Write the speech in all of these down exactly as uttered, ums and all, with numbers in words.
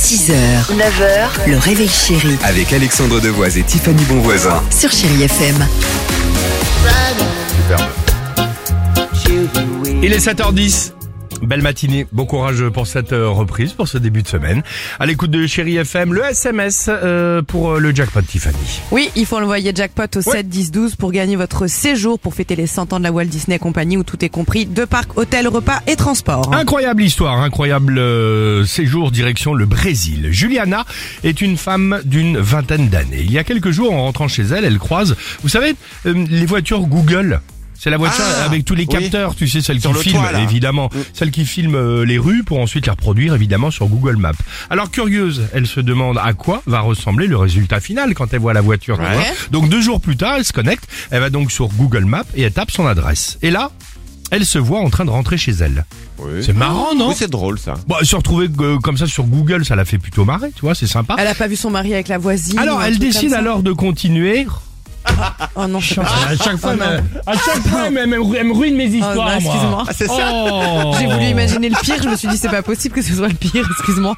six heures, neuf heures, le réveil chéri Avec Alexandre Devoise et Tiffany Bonvoisin. sur Chéri F M. Il est sept heures dix. Belle matinée, bon courage pour cette euh, reprise, pour ce début de semaine. À l'écoute de Chéri F M, le S M S euh, pour euh, le jackpot, Tiffany. Oui, il faut envoyer jackpot au sept dix douze pour gagner votre séjour pour fêter les cent ans de la Walt Disney Company où tout est compris, de parcs, hôtels, repas et transports. Incroyable histoire, incroyable euh, séjour direction le Brésil. Juliana est une femme d'une vingtaine d'années. Il y a quelques jours, en rentrant chez elle, elle croise, vous savez, euh, les voitures Google. C'est la voiture Ah, avec tous les oui. capteurs, tu sais, celle Sur qui le filme, toit, là. évidemment. Mm. Celle qui filme euh, les rues pour ensuite les reproduire, évidemment, sur Google Maps. Alors, curieuse, elle se demande à quoi va ressembler le résultat final quand elle voit la voiture. tu Ouais. vois. Donc, deux jours plus tard, elle se connecte, elle va donc sur Google Maps et elle tape son adresse. Et là, elle se voit en train de rentrer chez elle. Oui. C'est marrant, non? Oui, c'est drôle ça. Bon, se retrouver euh, comme ça sur Google, ça la fait plutôt marrer, tu vois, c'est sympa. Elle a pas vu son mari avec la voisine. Alors, ou un elle truc décide comme ça. alors de continuer. Oh non, je sais pas. À chaque fois, Oh non. elle me- à chaque fois, elle me- elle me elle me ruine mes Oh, histoires, non, moi. excuse-moi. Ah, c'est ça. Oh. J'ai voulu imaginer le pire, je me suis dit c'est pas possible que ce soit le pire, excuse-moi.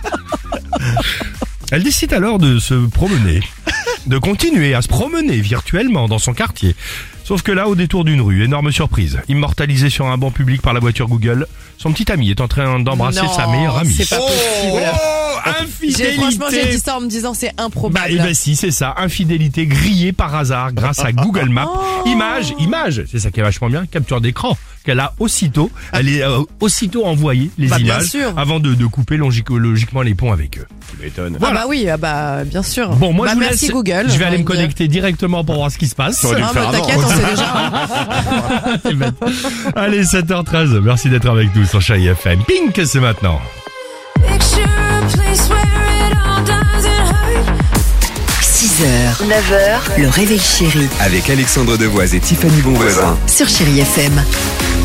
Elle décide alors de se promener, de continuer à se promener virtuellement dans son quartier. Sauf que là, au détour d'une rue, énorme surprise, immortalisé sur un banc public par la voiture Google, son petit ami est en train d'embrasser Non, sa meilleure amie. c'est pas possible. Oh, J'ai, franchement, j'ai infidélité. dit ça en me disant c'est Bah, improbable. eh ben si, c'est ça, infidélité grillée par hasard grâce à Google Maps. Oh. Image, image, c'est ça qui est vachement bien, capture d'écran, qu'elle a aussitôt, elle est euh, aussitôt envoyé les Bah, bien images sûr. avant de, de couper logique- logiquement les ponts avec eux. Tu m'étonnes. Ah Voilà. bah oui, ah bah bien sûr. Bon, moi bah, je vous merci laisse, Google. je vais aller me j'ai envie de dire. connecter directement pour voir ce qui se passe. T'aurais dû Ah le faire bah avant. t'inquiète, on sait déjà. C'est bête. Allez, sept heures treize, merci d'être avec nous sur Chéri F M. Pink, c'est maintenant. Picture a place where it all doesn't hurt. six heures, neuf heures, le réveil chéri Avec Alexandre Devoise et Tiffany Bonvoisin. sur Chéri F M.